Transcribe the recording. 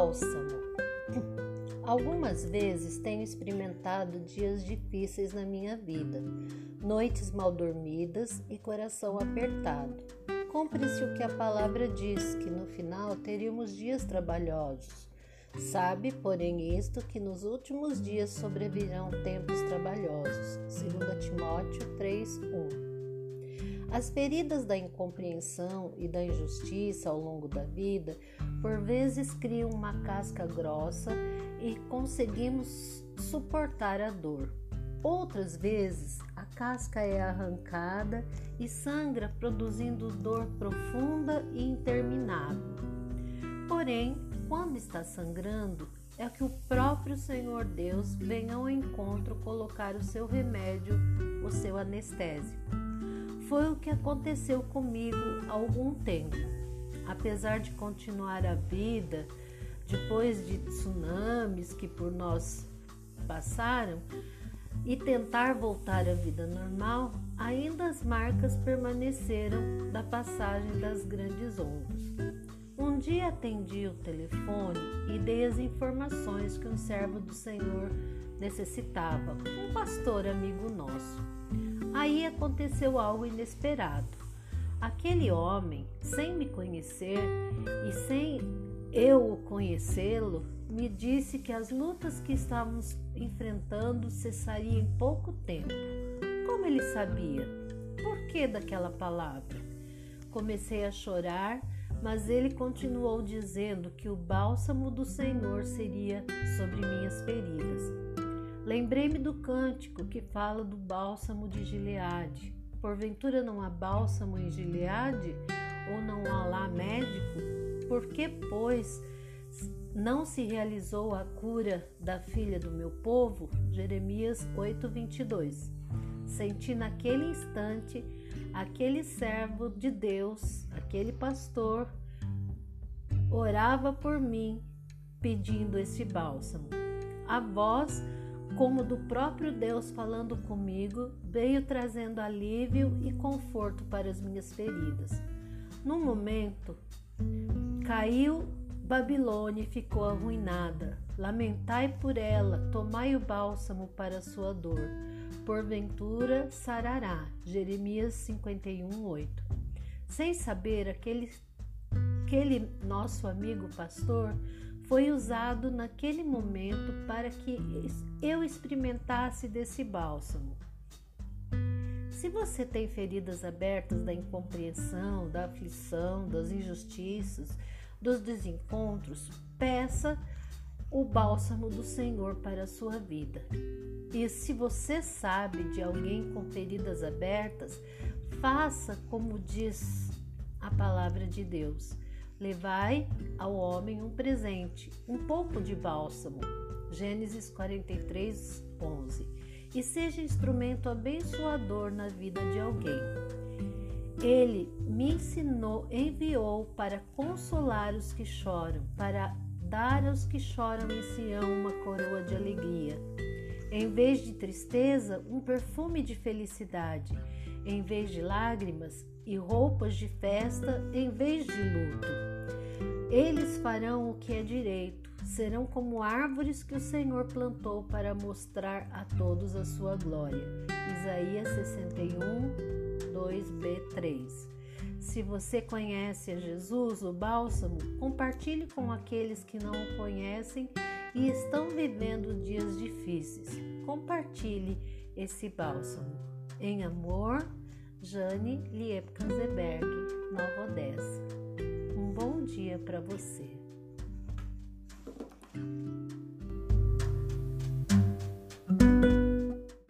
Bálsamo. Algumas vezes tenho experimentado dias difíceis na minha vida, noites mal dormidas e coração apertado. Cumpre-se o que a palavra diz, que no final teríamos dias trabalhosos. Sabe, porém, isto, que nos últimos dias sobrevirão tempos trabalhosos. 2 Timóteo 3:1. As feridas da incompreensão e da injustiça ao longo da vida, por vezes criam uma casca grossa e conseguimos suportar a dor. Outras vezes, a casca é arrancada e sangra, produzindo dor profunda e interminável. Porém, quando está sangrando, é que o próprio Senhor Deus vem ao encontro colocar o seu remédio, o seu anestésico. Foi o que aconteceu comigo há algum tempo. Apesar de continuar a vida, depois de tsunamis que por nós passaram, e tentar voltar à vida normal, ainda as marcas permaneceram da passagem das grandes ondas. Um dia atendi o telefone e dei as informações que um servo do Senhor necessitava, um pastor amigo nosso. Aí aconteceu algo inesperado. Aquele homem, sem me conhecer e sem eu o conhecê-lo, me disse que as lutas que estávamos enfrentando cessariam em pouco tempo. Como ele sabia? Por que daquela palavra? Comecei a chorar, mas ele continuou dizendo que o bálsamo do Senhor seria sobre minhas feridas. Lembrei-me do cântico que fala do bálsamo de Gileade. Porventura não há bálsamo em Gileade? Ou não há lá médico? Por que, pois, não se realizou a cura da filha do meu povo? Jeremias 8:22. Senti naquele instante aquele servo de Deus, aquele pastor, orava por mim, pedindo esse bálsamo. A voz, como do próprio Deus falando comigo, veio trazendo alívio e conforto para as minhas feridas. No momento, caiu Babilônia e ficou arruinada. Lamentai por ela, tomai o bálsamo para a sua dor. Porventura sarará. Jeremias 51:8. Sem saber, aquele nosso amigo pastor foi usado naquele momento para que eu experimentasse desse bálsamo. Se você tem feridas abertas da incompreensão, da aflição, das injustiças, dos desencontros, peça o bálsamo do Senhor para a sua vida. E se você sabe de alguém com feridas abertas, faça como diz a palavra de Deus. Levai ao homem um presente, um pouco de bálsamo. Gênesis 43:11. E seja instrumento abençoador na vida de alguém. Ele me enviou para consolar os que choram, para dar aos que choram em Sião uma coroa de alegria. Em vez de tristeza, um perfume de felicidade. Em vez de lágrimas e roupas de festa, em vez de luto. Eles farão o que é direito, serão como árvores que o Senhor plantou para mostrar a todos a sua glória. Isaías 61:2b3. Se você conhece a Jesus, o bálsamo, compartilhe com aqueles que não o conhecem e estão vivendo dias difíceis. Compartilhe esse bálsamo. Em amor, Jane Liepkanzeberg, Nova Odessa. Um bom dia para você.